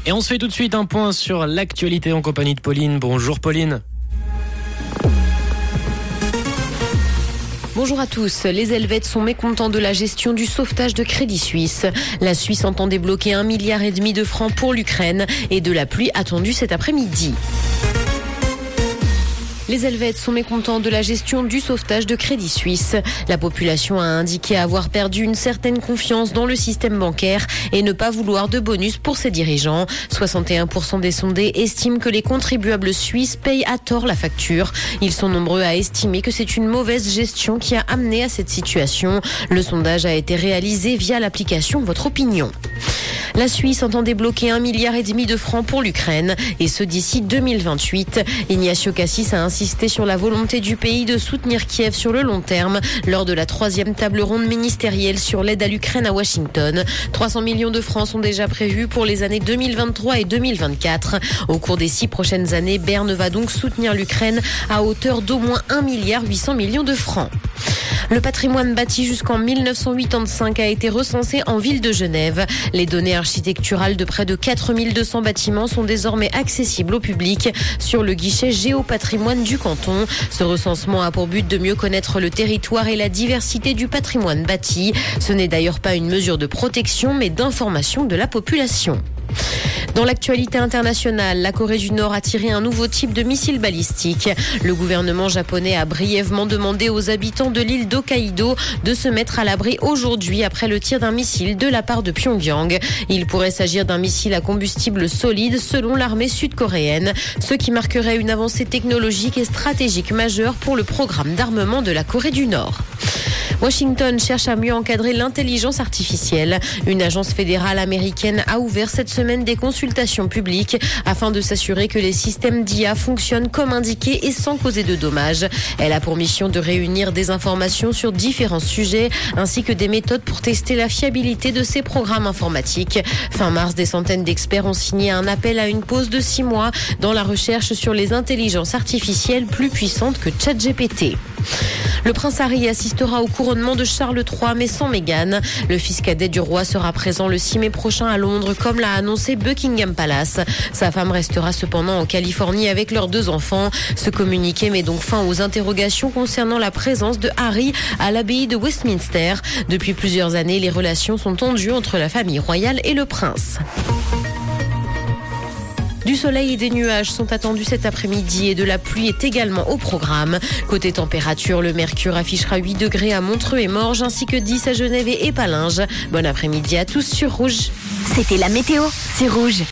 Et on se fait tout de suite un point sur l'actualité en compagnie de Pauline. Bonjour Pauline. Bonjour à tous. Les Helvètes sont mécontents de la gestion du sauvetage de Crédit Suisse. La Suisse entend débloquer 1,5 milliard de francs pour l'Ukraine et de la pluie attendue cet après-midi. Les Helvètes sont mécontents de la gestion du sauvetage de Crédit Suisse. La population a indiqué avoir perdu une certaine confiance dans le système bancaire et ne pas vouloir de bonus pour ses dirigeants. 61% des sondés estiment que les contribuables suisses payent à tort la facture. Ils sont nombreux à estimer que c'est une mauvaise gestion qui a amené à cette situation. Le sondage a été réalisé via l'application Votre Opinion. La Suisse entend débloquer 1,5 milliard de francs pour l'Ukraine, et ce d'ici 2028. Ignacio Cassis a insisté sur la volonté du pays de soutenir Kiev sur le long terme lors de la 3e table ronde ministérielle sur l'aide à l'Ukraine à Washington. 300 millions de francs sont déjà prévus pour les années 2023 et 2024. Au cours des 6 prochaines années, Berne va donc soutenir l'Ukraine à hauteur d'au moins 1,8 milliard de francs. Le patrimoine bâti jusqu'en 1985 a été recensé en ville de Genève. Les données architecturales de près de 4200 bâtiments sont désormais accessibles au public sur le guichet Géopatrimoine du canton. Ce recensement a pour but de mieux connaître le territoire et la diversité du patrimoine bâti. Ce n'est d'ailleurs pas une mesure de protection, mais d'information de la population. Dans l'actualité internationale, la Corée du Nord a tiré un nouveau type de missile balistique. Le gouvernement japonais a brièvement demandé aux habitants de l'île d'Hokkaido de se mettre à l'abri aujourd'hui après le tir d'un missile de la part de Pyongyang. Il pourrait s'agir d'un missile à combustible solide selon l'armée sud-coréenne, ce qui marquerait une avancée technologique et stratégique majeure pour le programme d'armement de la Corée du Nord. Washington cherche à mieux encadrer l'intelligence artificielle. Une agence fédérale américaine a ouvert cette semaine des consultations publiques afin de s'assurer que les systèmes d'IA fonctionnent comme indiqué et sans causer de dommages. Elle a pour mission de réunir des informations sur différents sujets ainsi que des méthodes pour tester la fiabilité de ces programmes informatiques. Fin mars, des centaines d'experts ont signé un appel à une pause de 6 mois dans la recherche sur les intelligences artificielles plus puissantes que ChatGPT. Le prince Harry assistera au couronnement de Charles III, mais sans Meghan. Le fils cadet du roi sera présent le 6 mai prochain à Londres, comme l'a annoncé Buckingham Palace. Sa femme restera cependant en Californie avec leurs 2 enfants. Ce communiqué met donc fin aux interrogations concernant la présence de Harry à l'abbaye de Westminster. Depuis plusieurs années, les relations sont tendues entre la famille royale et le prince. Du soleil et des nuages sont attendus cet après-midi et de la pluie est également au programme. Côté température, le mercure affichera 8 degrés à Montreux et Morges ainsi que 10 à Genève et Épalinges. Bon après-midi à tous sur Rouge. C'était la météo, c'est Rouge.